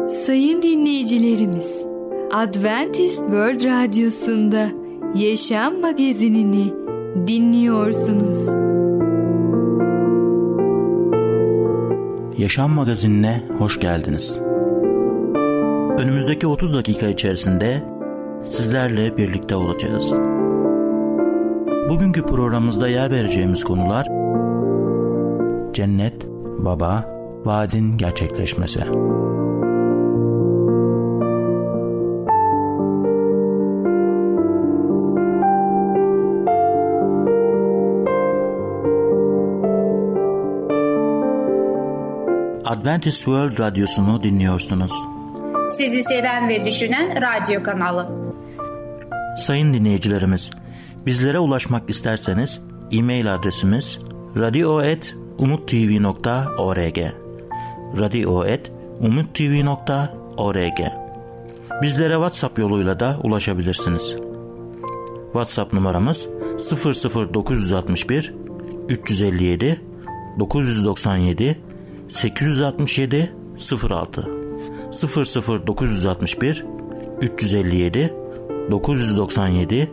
Sayın dinleyicilerimiz, Adventist World Radyosu'nda Yaşam Magazinini dinliyorsunuz. Yaşam Magazinine hoş geldiniz. Önümüzdeki 30 dakika içerisinde sizlerle birlikte olacağız. Bugünkü programımızda yer vereceğimiz konular: cennet, baba, vaadin gerçekleşmesi. Adventist World Radyosu'nu dinliyorsunuz. Sizi seven ve düşünen radyo kanalı. Sayın dinleyicilerimiz, bizlere ulaşmak isterseniz e-mail adresimiz radio@umuttv.org radio@umuttv.org. Bizlere WhatsApp yoluyla da ulaşabilirsiniz. WhatsApp numaramız 00961 357 997 867 06 00961 357 997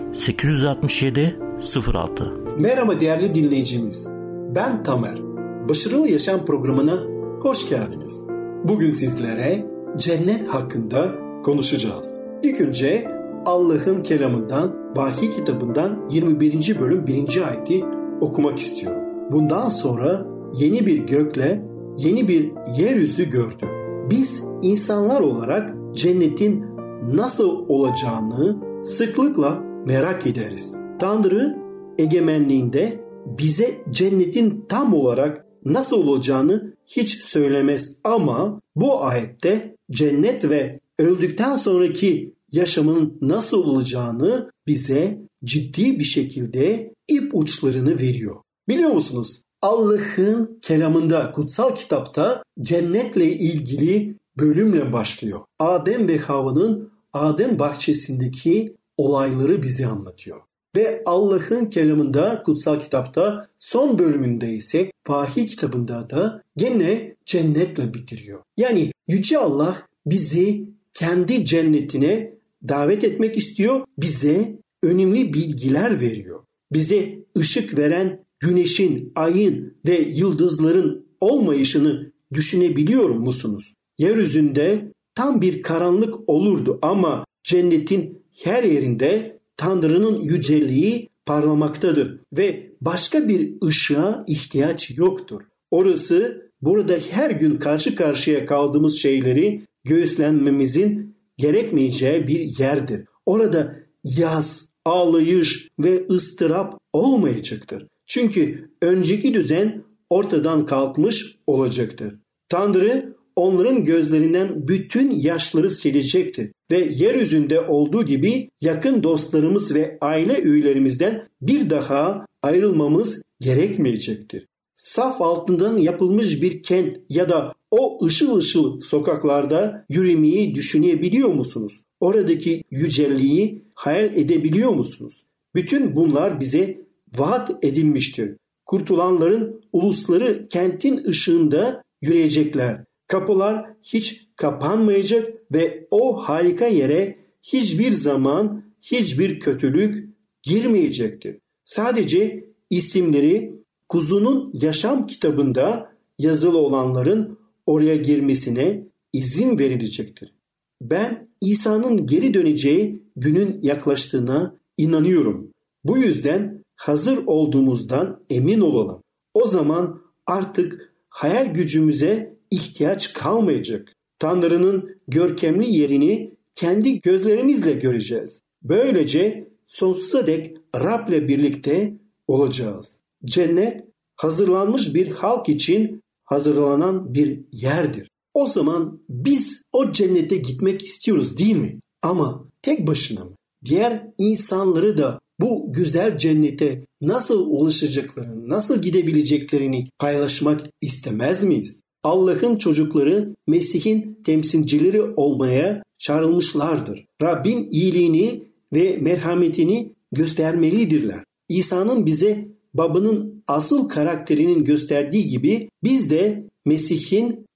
867 06. Merhaba değerli dinleyicimiz. Ben Tamer. Başarılı Yaşam programına hoş geldiniz. Bugün sizlere cennet hakkında konuşacağız. İlk önce Allah'ın kelamından, Vahiy kitabından 21. bölüm 1. ayeti okumak istiyorum. Bundan sonra yeni bir gökle yeni bir yeryüzü gördüm. Biz insanlar olarak cennetin nasıl olacağını sıklıkla merak ederiz. Tanrı egemenliğinde bize cennetin tam olarak nasıl olacağını hiç söylemez ama bu ayette cennet ve öldükten sonraki yaşamın nasıl olacağını bize ciddi bir şekilde ipuçlarını veriyor. Biliyor musunuz? Allah'ın kelamında, kutsal kitapta cennetle ilgili bölümle başlıyor. Adem ve Havva'nın Adem bahçesindeki olayları bize anlatıyor. Ve Allah'ın kelamında, kutsal kitapta son bölümünde ise Vahiy kitabında da gene cennetle bitiriyor. Yani Yüce Allah bizi kendi cennetine davet etmek istiyor. Bize önemli bilgiler veriyor. Bize ışık veren güneşin, ayın ve yıldızların olmayışını düşünebiliyor musunuz? Yeryüzünde tam bir karanlık olurdu ama cennetin her yerinde Tanrı'nın yüceliği parlamaktadır ve başka bir ışığa ihtiyaç yoktur. Orası burada her gün karşı karşıya kaldığımız şeyleri göğüslenmemizin gerekmeyeceği bir yerdir. Orada yas, ağlayış ve ıstırap olmayacaktır. Çünkü önceki düzen ortadan kalkmış olacaktır. Tanrı onların gözlerinden bütün yaşları silecektir ve yeryüzünde olduğu gibi yakın dostlarımız ve aile üyelerimizden bir daha ayrılmamız gerekmeyecektir. Saf altından yapılmış bir kent ya da o ışıl ışıl sokaklarda yürümeyi düşünebiliyor musunuz? Oradaki yüceliği hayal edebiliyor musunuz? Bütün bunlar bize vaat edilmiştir. Kurtulanların ulusları kentin ışığında yürüyecekler. Kapılar hiç kapanmayacak ve o harika yere hiçbir zaman hiçbir kötülük girmeyecektir. Sadece isimleri Kuzunun yaşam kitabında yazılı olanların oraya girmesine izin verilecektir. Ben İsa'nın geri döneceği günün yaklaştığına inanıyorum. Bu yüzden hazır olduğumuzdan emin olalım. O zaman artık hayal gücümüze ihtiyaç kalmayacak. Tanrı'nın görkemli yerini kendi gözlerimizle göreceğiz. Böylece sonsuza dek Rab'le birlikte olacağız. Cennet hazırlanmış bir halk için hazırlanan bir yerdir. O zaman biz o cennete gitmek istiyoruz değil mi? Ama tek başına mı? Diğer insanları da bu güzel cennete nasıl ulaşacaklarını, nasıl gidebileceklerini paylaşmak istemez miyiz? Allah'ın çocukları Mesih'in temsilcileri olmaya çağrılmışlardır. Rabbin iyiliğini ve merhametini göstermelidirler. İsa'nın bize babanın asıl karakterinin gösterdiği gibi biz de Mesih'in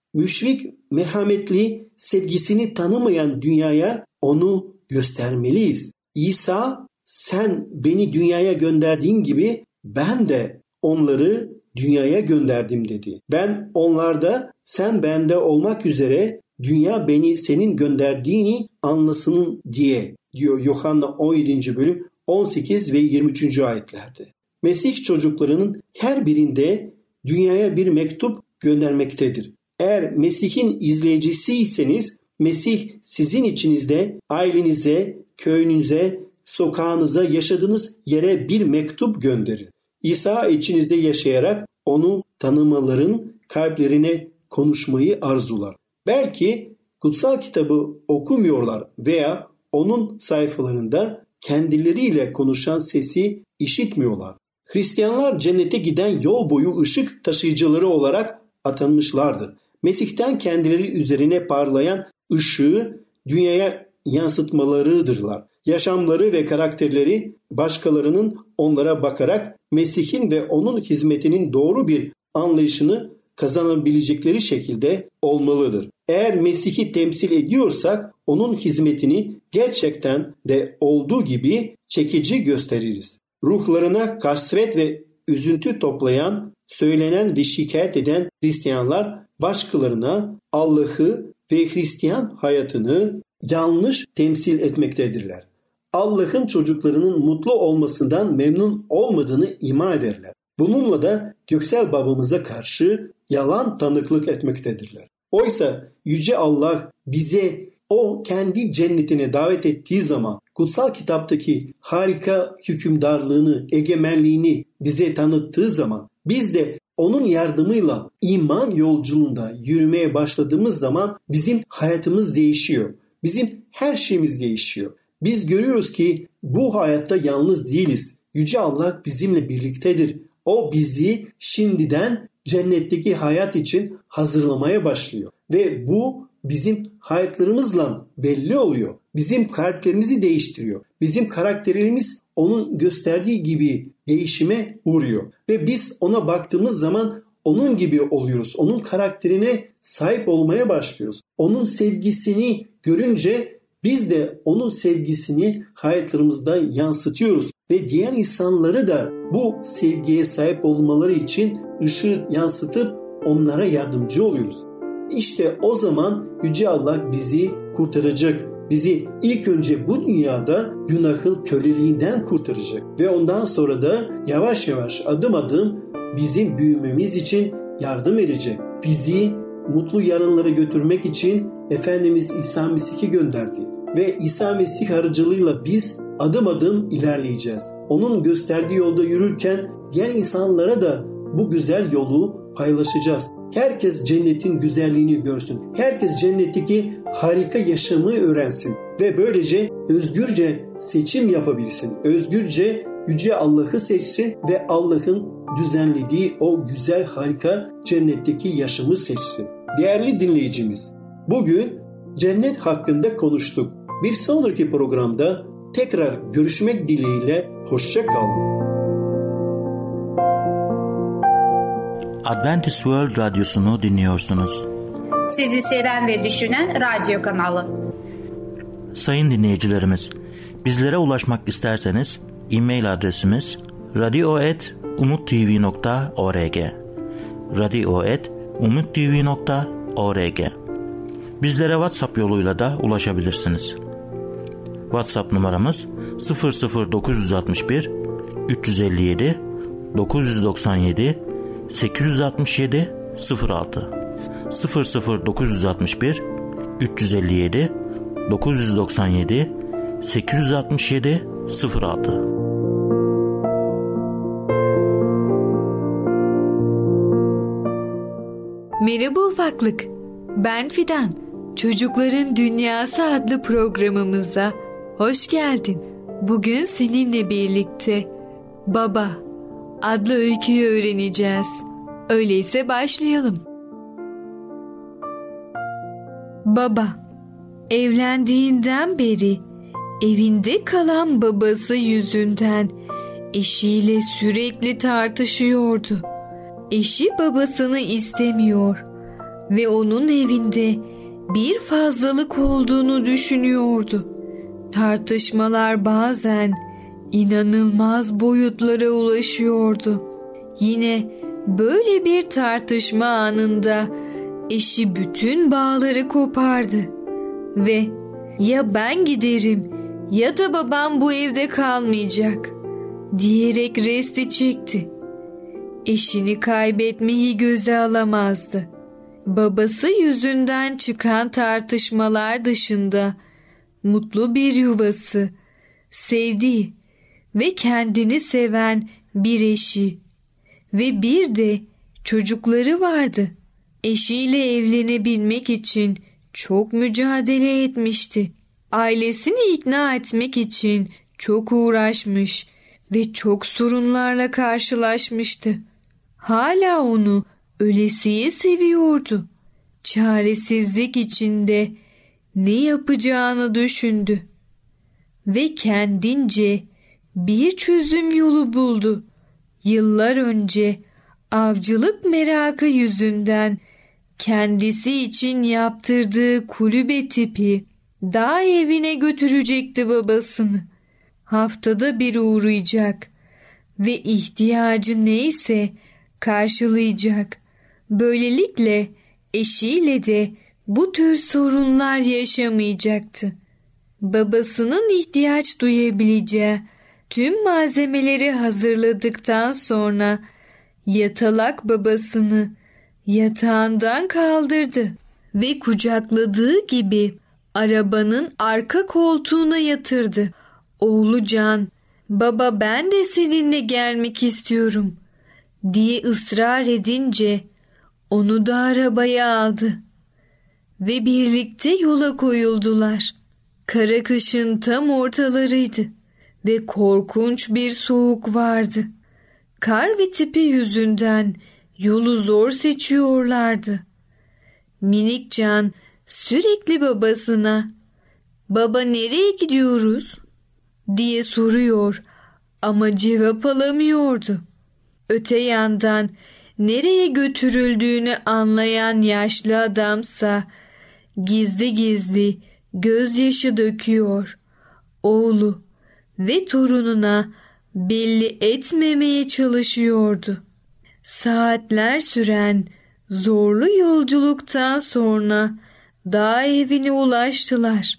müşfik, merhametli, sevgisini tanımayan dünyaya onu göstermeliyiz. İsa, sen beni dünyaya gönderdiğin gibi ben de onları dünyaya gönderdim dedi. Ben onlarda, sen bende olmak üzere dünya beni senin gönderdiğini anlasın diye diyor Yuhanna 17. bölüm 18 ve 23. ayetlerde. Mesih çocuklarının her birinde dünyaya bir mektup göndermektedir. Eğer Mesih'in izleyicisiyseniz Mesih sizin içinizde, ailenize, köyünüze, sokağınıza, yaşadığınız yere bir mektup gönderir. İsa içinizde yaşayarak onu tanımaların kalplerine konuşmayı arzular. Belki kutsal kitabı okumuyorlar veya onun sayfalarında kendileriyle konuşan sesi işitmiyorlar. Hristiyanlar cennete giden yol boyu ışık taşıyıcıları olarak atanmışlardır. Mesih'ten kendileri üzerine parlayan ışığı dünyaya yansıtmalarıdırlar. Yaşamları ve karakterleri başkalarının onlara bakarak Mesih'in ve onun hizmetinin doğru bir anlayışını kazanabilecekleri şekilde olmalıdır. Eğer Mesih'i temsil ediyorsak onun hizmetini gerçekten de olduğu gibi çekici gösteririz. Ruhlarına kasvet ve üzüntü toplayan, söylenen ve şikayet eden Hristiyanlar başkalarına Allah'ı ve Hristiyan hayatını yanlış temsil etmektedirler. Allah'ın çocuklarının mutlu olmasından memnun olmadığını ima ederler. Bununla da göksel babamıza karşı yalan tanıklık etmektedirler. Oysa Yüce Allah bize o kendi cennetine davet ettiği zaman kutsal kitaptaki harika hükümdarlığını, egemenliğini bize tanıttığı zaman biz de onun yardımıyla iman yolculuğunda yürümeye başladığımız zaman bizim hayatımız değişiyor. Bizim her şeyimiz değişiyor. Biz görüyoruz ki bu hayatta yalnız değiliz. Yüce Allah bizimle birliktedir. O bizi şimdiden cennetteki hayat için hazırlamaya başlıyor. Ve bu bizim hayatlarımızla belli oluyor. Bizim kalplerimizi değiştiriyor. Bizim karakterlerimiz onun gösterdiği gibi değişime uğruyor. Ve biz ona baktığımız zaman onun gibi oluyoruz. Onun karakterine sahip olmaya başlıyoruz. Onun sevgisini görünce biz de onun sevgisini hayatlarımızda yansıtıyoruz. Ve diğer insanları da bu sevgiye sahip olmaları için ışığı yansıtıp onlara yardımcı oluyoruz. İşte o zaman Yüce Allah bizi kurtaracak. Bizi ilk önce bu dünyada günahın köleliğinden kurtaracak. Ve ondan sonra da yavaş yavaş adım adım bizim büyümemiz için yardım edecek. Bizi mutlu yarınlara götürmek için Efendimiz İsa Mesih'i gönderdi. Ve İsa Mesih aracılığıyla biz adım adım ilerleyeceğiz. Onun gösterdiği yolda yürürken diğer insanlara da bu güzel yolu paylaşacağız. Herkes cennetin güzelliğini görsün. Herkes cennetteki harika yaşamı öğrensin. Ve böylece özgürce seçim yapabilsin. Özgürce Yüce Allah'ı seçsin ve Allah'ın düzenlediği o güzel harika cennetteki yaşamı seçsin. Değerli dinleyicimiz, bugün cennet hakkında konuştuk. Bir sonraki programda tekrar görüşmek dileğiyle hoşça kalın. Adventist World Radyosu'nu dinliyorsunuz. Sizi seven ve düşünen radyo kanalı. Sayın dinleyicilerimiz, bizlere ulaşmak isterseniz e-mail adresimiz radio@umuttv.org radio@umuttv.org. Bizlere WhatsApp yoluyla da ulaşabilirsiniz. WhatsApp numaramız 00961 357 997 867 06 00961 357 997 867 06. Merhaba ufaklık. Ben Fidan. Çocukların Dünyası adlı programımıza hoş geldin. Bugün seninle birlikte Baba adlı öyküyü öğreneceğiz. Öyleyse başlayalım. Baba, evlendiğinden beri evinde kalan babası yüzünden eşiyle sürekli tartışıyordu. Eşi babasını istemiyor. ve onun evinde bir fazlalık olduğunu düşünüyordu. Tartışmalar bazen inanılmaz boyutlara ulaşıyordu. Yine böyle bir tartışma anında eşi bütün bağları kopardı ve "Ya ben giderim ya da babam bu evde kalmayacak" diyerek resti çekti. Eşini kaybetmeyi göze alamazdı. Babası yüzünden çıkan tartışmalar dışında mutlu bir yuvası, sevdiği ve kendini seven bir eşi ve bir de çocukları vardı. Eşiyle evlenebilmek için çok mücadele etmişti. Ailesini ikna etmek için çok uğraşmış ve çok sorunlarla karşılaşmıştı. Hala onu ölesiye seviyordu. Çaresizlik içinde ne yapacağını düşündü ve kendince bir çözüm yolu buldu. Yıllar önce avcılık merakı yüzünden kendisi için yaptırdığı kulübe tipi dağ evine götürecekti babasını. Haftada bir uğrayacak ve ihtiyacı neyse karşılayacak. Böylelikle eşiyle de bu tür sorunlar yaşamayacaktı. Babasının ihtiyaç duyabileceği tüm malzemeleri hazırladıktan sonra yatalak babasını yatağından kaldırdı ve kucakladığı gibi arabanın arka koltuğuna yatırdı. Oğlu Can, "Baba, ben de seninle gelmek istiyorum" diye ısrar edince onu da arabaya aldı ve birlikte yola koyuldular. Kara kışın tam ortalarıydı ve korkunç bir soğuk vardı. Kar ve tipi yüzünden yolu zor seçiyorlardı. Minik Can sürekli babasına "Baba, nereye gidiyoruz?" diye soruyor ama cevap alamıyordu. Öte yandan nereye götürüldüğünü anlayan yaşlı adamsa gizli gizli gözyaşı döküyor. Oğlu ve torununa belli etmemeye çalışıyordu. Saatler süren zorlu yolculuktan sonra dağ evine ulaştılar.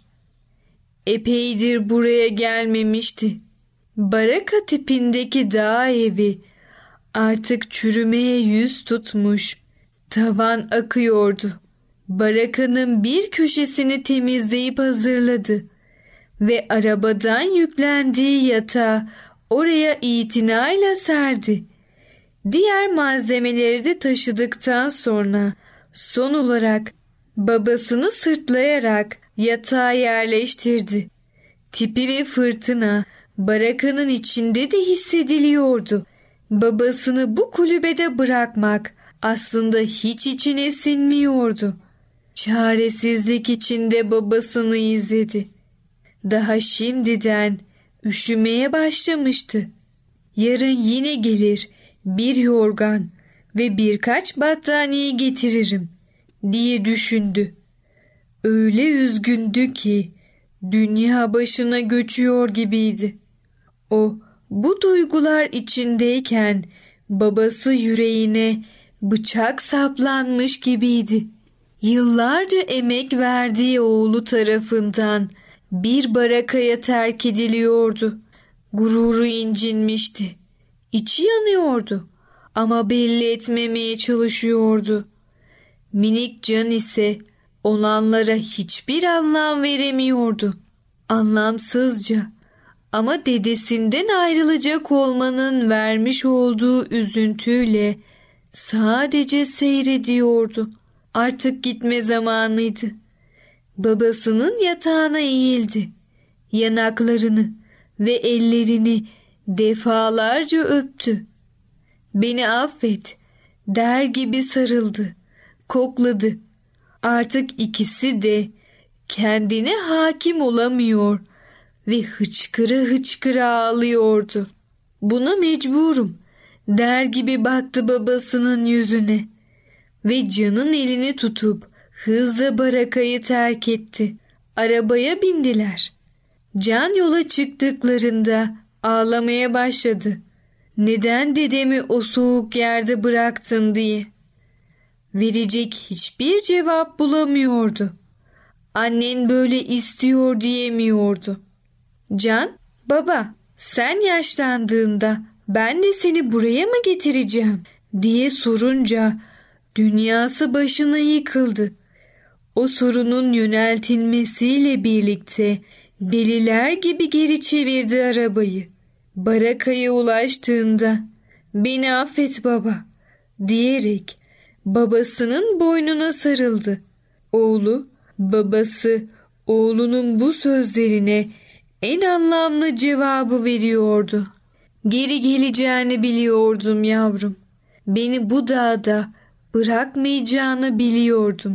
Epeydir buraya gelmemişti. Baraka tipindeki dağ evi artık çürümeye yüz tutmuş, tavan akıyordu. Barakanın bir köşesini temizleyip hazırladı ve arabadan yüklendiği yatağı oraya itinayla serdi. Diğer malzemeleri de taşıdıktan sonra son olarak babasını sırtlayarak yatağa yerleştirdi. Tipi ve fırtına barakanın içinde de hissediliyordu. Babasını bu kulübede bırakmak aslında hiç içine sinmiyordu. Çaresizlik içinde babasını izledi. Daha şimdiden üşümeye başlamıştı. Yarın yine gelir, bir yorgan ve birkaç battaniye getiririm diye düşündü. Öyle üzgündü ki dünya başına göçüyor gibiydi. O bu duygular içindeyken babası yüreğine bıçak saplanmış gibiydi. Yıllarca emek verdiği oğlu tarafından bir barakaya terk ediliyordu. Gururu incinmişti. İçi yanıyordu ama belli etmemeye çalışıyordu. Minik Can ise olanlara hiçbir anlam veremiyordu. Anlamsızca ama dedesinden ayrılacak olmanın vermiş olduğu üzüntüyle sadece seyrediyordu. Artık gitme zamanıydı. Babasının yatağına eğildi. Yanaklarını ve ellerini defalarca öptü. "Beni affet" der gibi sarıldı, kokladı. Artık ikisi de kendine hakim olamıyor ve hıçkıra hıçkıra ağlıyordu. "Buna mecburum" der gibi baktı babasının yüzüne. ve Can'ın elini tutup hızla barakayı terk etti. Arabaya bindiler. Can yola çıktıklarında ağlamaya başladı. Neden dedemi o soğuk yerde bıraktın diye. Verecek hiçbir cevap bulamıyordu. Annen böyle istiyor diyemiyordu. Can, baba sen yaşlandığında ben de seni buraya mı getireceğim diye sorunca dünyası başına yıkıldı. O sorunun yöneltilmesiyle birlikte deliler gibi geri çevirdi arabayı. Barakaya ulaştığında beni affet baba diyerek babasının boynuna sarıldı. Oğlu, babası oğlunun bu sözlerine en anlamlı cevabı veriyordu. Geri geleceğini biliyordum yavrum. Beni bu dağda bırakmayacağını biliyordum.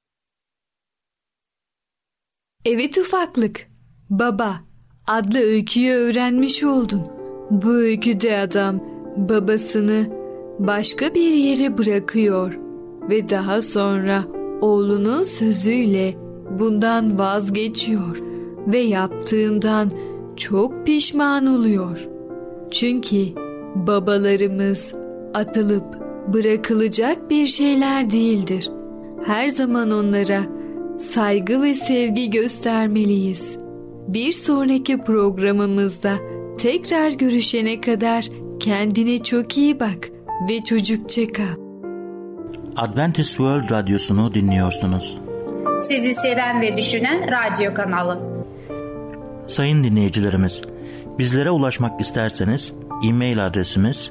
Evet ufaklık, Baba adlı öyküyü öğrenmiş oldun. Bu öyküde adam babasını başka bir yere bırakıyor ve daha sonra oğlunun sözüyle bundan vazgeçiyor ve yaptığından çok pişman oluyor. Çünkü babalarımız atılıp bırakılacak bir şeyler değildir. Her zaman onlara saygı ve sevgi göstermeliyiz. Bir sonraki programımızda tekrar görüşene kadar kendine çok iyi bak ve çocukça kal. Adventist World Radyosu'nu dinliyorsunuz. Sizi seven ve düşünen radyo kanalı. Sayın dinleyicilerimiz, bizlere ulaşmak isterseniz e-mail adresimiz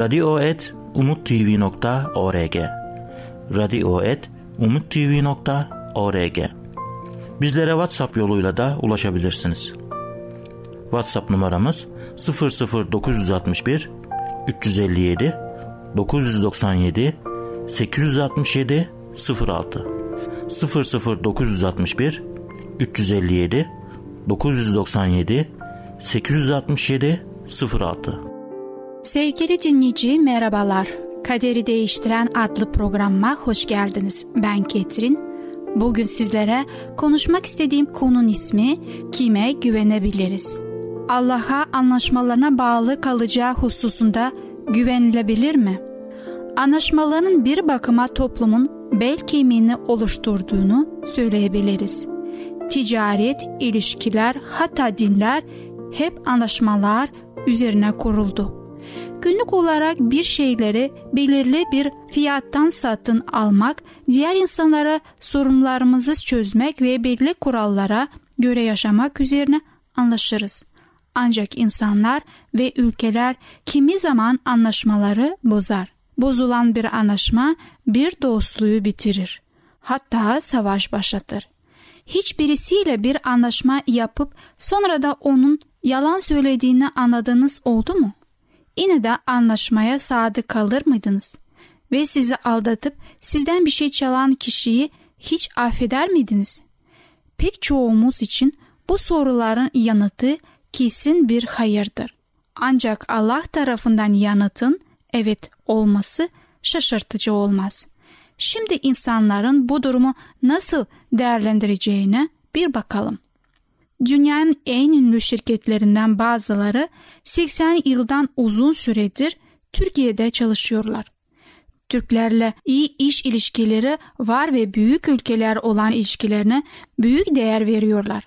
radio@umuttv.org radio@umuttv.org. Bizlere WhatsApp yoluyla da ulaşabilirsiniz. WhatsApp numaramız 00961 357 997 867 06 00961 357 997 867 06. Sevgili dinleyici merhabalar. Kaderi Değiştiren adlı programıma hoş geldiniz. Ben Ketrin. Bugün sizlere konuşmak istediğim konunun ismi kime güvenebiliriz? Allah'a anlaşmalarına bağlı kalacağı hususunda güvenilebilir mi? Anlaşmaların bir bakıma toplumun bel kemiğini oluşturduğunu söyleyebiliriz. Ticaret, ilişkiler, hatta dinler hep anlaşmalar üzerine kuruldu. Günlük olarak bir şeyleri belirli bir fiyattan satın almak, diğer insanlara sorunlarımızı çözmek ve belirli kurallara göre yaşamak üzerine anlaşırız. Ancak insanlar ve ülkeler kimi zaman anlaşmaları bozar. Bozulan bir anlaşma bir dostluğu bitirir. Hatta savaş başlatır. Hiçbirisiyle bir anlaşma yapıp sonra da onun yalan söylediğini anladığınız oldu mu? Yine de anlaşmaya sadık kalır mıydınız? Ve sizi aldatıp sizden bir şey çalan kişiyi hiç affeder miydiniz? Pek çoğumuz için bu soruların yanıtı kesin bir hayırdır. Ancak Allah tarafından yanıtın evet olması şaşırtıcı olmaz. Şimdi insanların bu durumu nasıl değerlendireceğine bir bakalım. Dünyanın en ünlü şirketlerinden bazıları 80 yıldan uzun süredir Türkiye'de çalışıyorlar. Türklerle iyi iş ilişkileri var ve büyük ülkeler olan ilişkilerine büyük değer veriyorlar.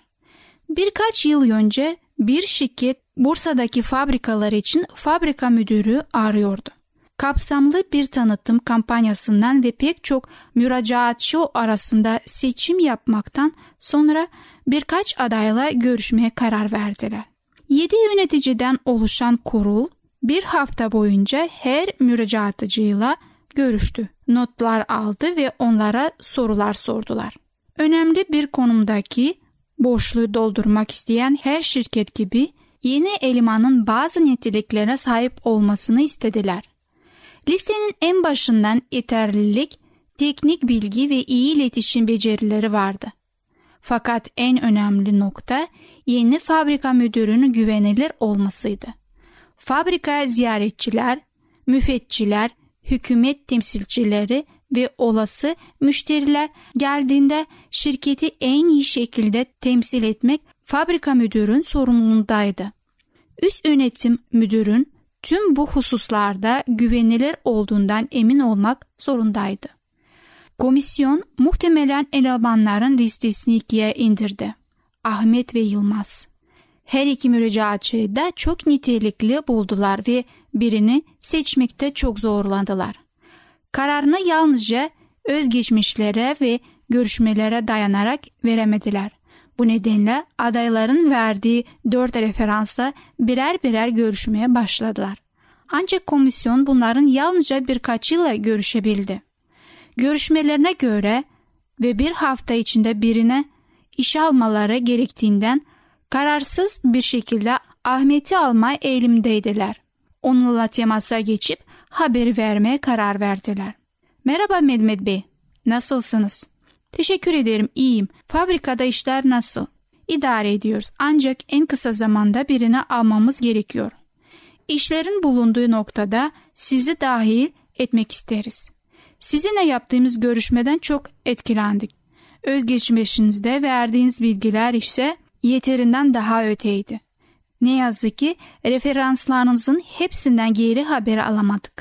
Birkaç yıl önce bir şirket Bursa'daki fabrikalar için fabrika müdürü arıyordu. Kapsamlı bir tanıtım kampanyasından ve pek çok müracaatçı arasında seçim yapmaktan sonra birkaç adayla görüşmeye karar verdiler. 7 yöneticiden oluşan kurul bir hafta boyunca her müracaatçıyla görüştü. Notlar aldı ve onlara sorular sordular. Önemli bir konumdaki boşluğu doldurmak isteyen her şirket gibi yeni elemanın bazı niteliklere sahip olmasını istediler. Listenin en başından yeterlilik, teknik bilgi ve iyi iletişim becerileri vardı. Fakat en önemli nokta yeni fabrika müdürünün güvenilir olmasıydı. Fabrika ziyaretçiler, müfettişler, hükümet temsilcileri ve olası müşteriler geldiğinde şirketi en iyi şekilde temsil etmek fabrika müdürünün sorumluluğundaydı. Üst yönetim müdürün tüm bu hususlarda güvenilir olduğundan emin olmak zorundaydı. Komisyon muhtemelen elemanların listesini 2'ye indirdi. Ahmet ve Yılmaz. Her iki müracaatçıyı da çok nitelikli buldular ve birini seçmekte çok zorlandılar. Kararını yalnızca özgeçmişlere ve görüşmelere dayanarak veremediler. Bu nedenle adayların verdiği 4 referansla birer birer görüşmeye başladılar. Ancak komisyon bunların yalnızca birkaçıyla görüşebildi. Görüşmelerine göre ve bir hafta içinde birine işe almaları gerektiğinden kararsız bir şekilde Ahmet'i almaya eğilimdeydiler. Onunla temasa geçip haberi vermeye karar verdiler. Merhaba Mehmet Bey, nasılsınız? Teşekkür ederim, iyiyim. Fabrikada işler nasıl? İdare ediyoruz ancak en kısa zamanda birini almamız gerekiyor. İşlerin bulunduğu noktada sizi dahil etmek isteriz. Sizinle yaptığımız görüşmeden çok etkilendik. Özgeçmişinizde verdiğiniz bilgiler ise yeterinden daha öteydi. Ne yazık ki referanslarınızın hepsinden geri haberi alamadık.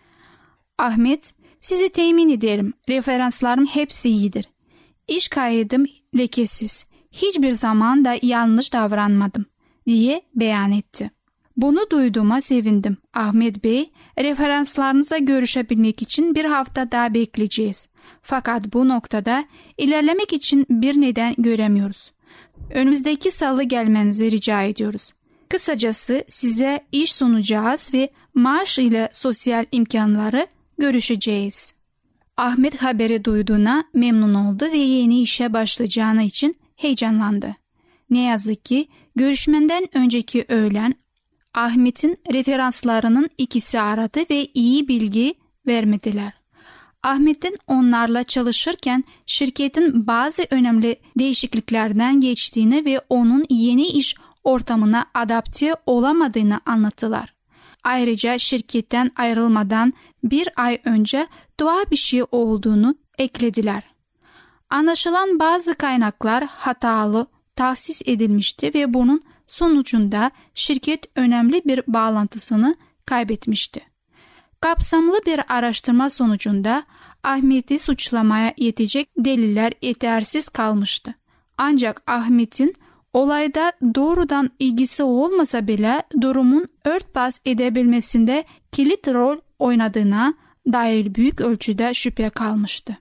Ahmet, sizi temin ederim. Referanslarım hepsi iyidir. İş kaydım lekesiz. Hiçbir zaman da yanlış davranmadım diye beyan etti. Bunu duyduğuma sevindim. Ahmet Bey, referanslarınızla görüşebilmek için bir hafta daha bekleyeceğiz. Fakat bu noktada ilerlemek için bir neden göremiyoruz. Önümüzdeki salı gelmenizi rica ediyoruz. Kısacası size iş sunacağız ve maaş ile sosyal imkanları görüşeceğiz. Ahmet haberi duyduğuna memnun oldu ve yeni işe başlayacağına için heyecanlandı. Ne yazık ki görüşmeden önceki öğlen Ahmet'in referanslarının ikisi aradı ve iyi bilgi vermediler. Ahmet'in onlarla çalışırken şirketin bazı önemli değişikliklerden geçtiğini ve onun yeni iş ortamına adapte olamadığını anlattılar. Ayrıca şirketten ayrılmadan bir ay önce doğal bir şey olduğunu eklediler. Anlaşılan bazı kaynaklar hatalı tahsis edilmişti ve bunun sonucunda şirket önemli bir bağlantısını kaybetmişti. Kapsamlı bir araştırma sonucunda Ahmet'i suçlamaya yetecek deliller yetersiz kalmıştı. Ancak Ahmet'in olayda doğrudan ilgisi olmasa bile durumun örtbas edebilmesinde kilit rol oynadığına dair büyük ölçüde şüphe kalmıştı.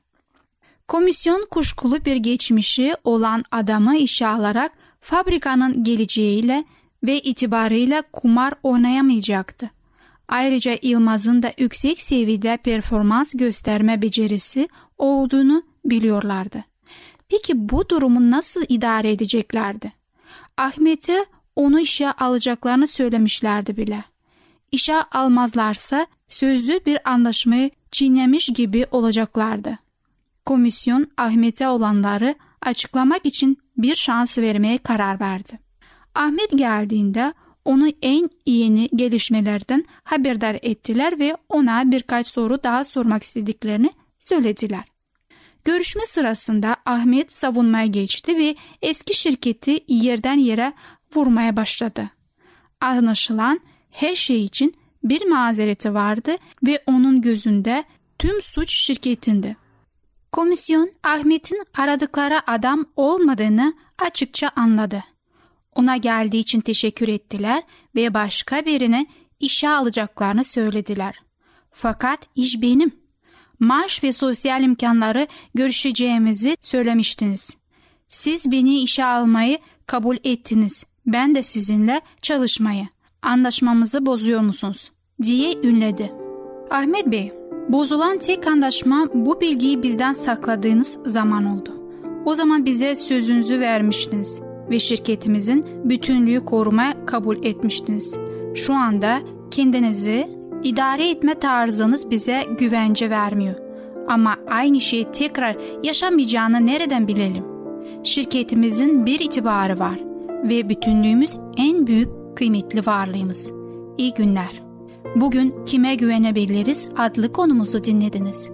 Komisyon kuşkulu bir geçmişi olan adamı işe alarak fabrikanın geleceğiyle ve itibarıyla kumar oynayamayacaktı. Ayrıca Yılmaz'ın da yüksek seviyede performans gösterme becerisi olduğunu biliyorlardı. Peki bu durumu nasıl idare edeceklerdi? Ahmet'e onu işe alacaklarını söylemişlerdi bile. İşe almazlarsa sözlü bir anlaşmayı çiğnemiş gibi olacaklardı. Komisyon Ahmet'e olanları açıklamak için bir şans vermeye karar verdi. Ahmet geldiğinde onu en yeni gelişmelerden haberdar ettiler ve ona birkaç soru daha sormak istediklerini söylediler. Görüşme sırasında Ahmet savunmaya geçti ve eski şirketi yerden yere vurmaya başladı. Anlaşılan her şey için bir mazereti vardı ve onun gözünde tüm suç şirketindi. Komisyon Ahmet'in aradıkları adam olmadığını açıkça anladı. Ona geldiği için teşekkür ettiler ve başka birine işe alacaklarını söylediler. Fakat iş benim. Maaş ve sosyal imkanları görüşeceğimizi söylemiştiniz. Siz beni işe almayı kabul ettiniz. Ben de sizinle çalışmayı. Anlaşmamızı bozuyor musunuz? Diye ünledi. Ahmet Bey, bozulan tek anlaşma bu bilgiyi bizden sakladığınız zaman oldu. O zaman bize sözünüzü vermiştiniz ve şirketimizin bütünlüğü korumaya kabul etmiştiniz. Şu anda kendinizi idare etme tarzınız bize güvence vermiyor. Ama aynı şeyi tekrar yaşamayacağını nereden bilelim? Şirketimizin bir itibarı var ve bütünlüğümüz en büyük kıymetli varlığımız. İyi günler. Bugün kime güvenebiliriz adlı konumuzu dinlediniz.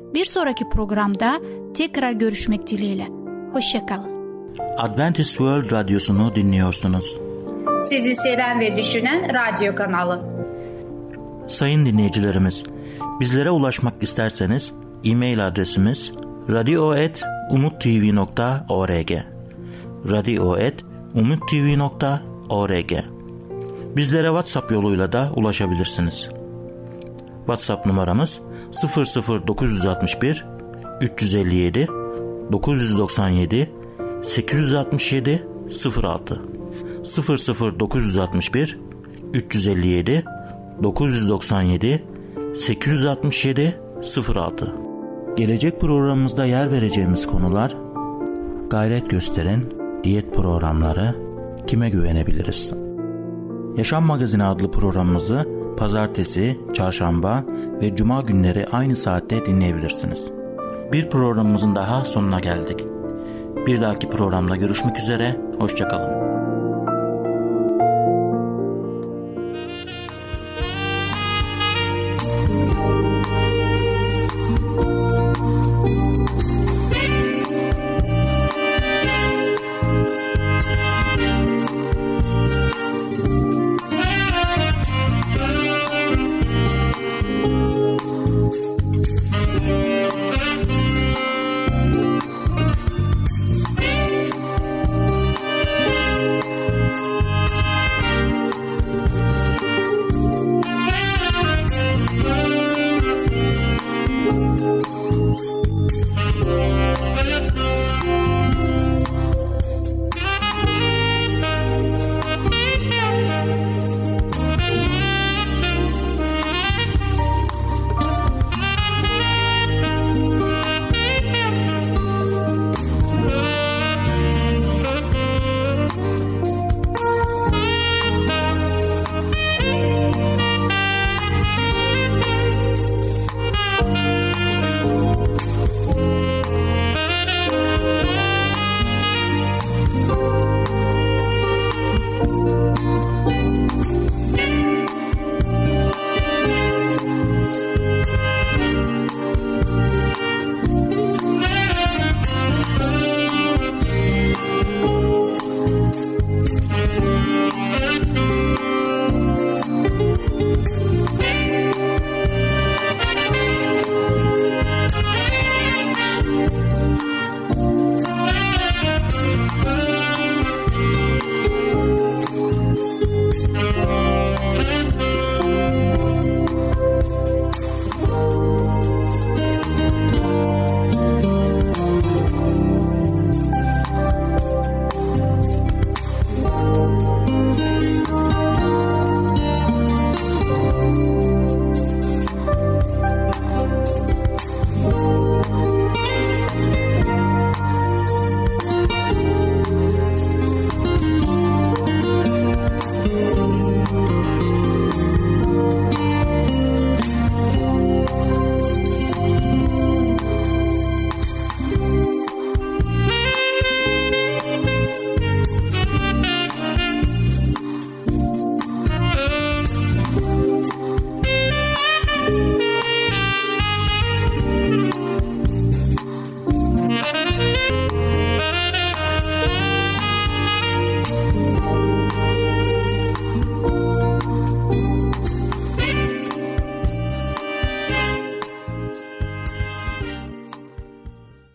Bir sonraki programda tekrar görüşmek dileğiyle. Hoşça kalın. Adventist World Radyosu'nu dinliyorsunuz. Sizi seven ve düşünen radyo kanalı. Sayın dinleyicilerimiz, bizlere ulaşmak isterseniz e-mail adresimiz radio@umuttv.org radio@umuttv.org. Bizlere WhatsApp yoluyla da ulaşabilirsiniz. WhatsApp numaramız 00961 357 997 867 06 00961 357 997 867 06. Gelecek programımızda yer vereceğimiz konular: gayret gösterin, diyet programları, kime güvenebiliriz? Yaşam Magazini adlı programımızı pazartesi, çarşamba ve cuma günleri aynı saatte dinleyebilirsiniz. Bir programımızın daha sonuna geldik. Bir dahaki programda görüşmek üzere, hoşça kalın.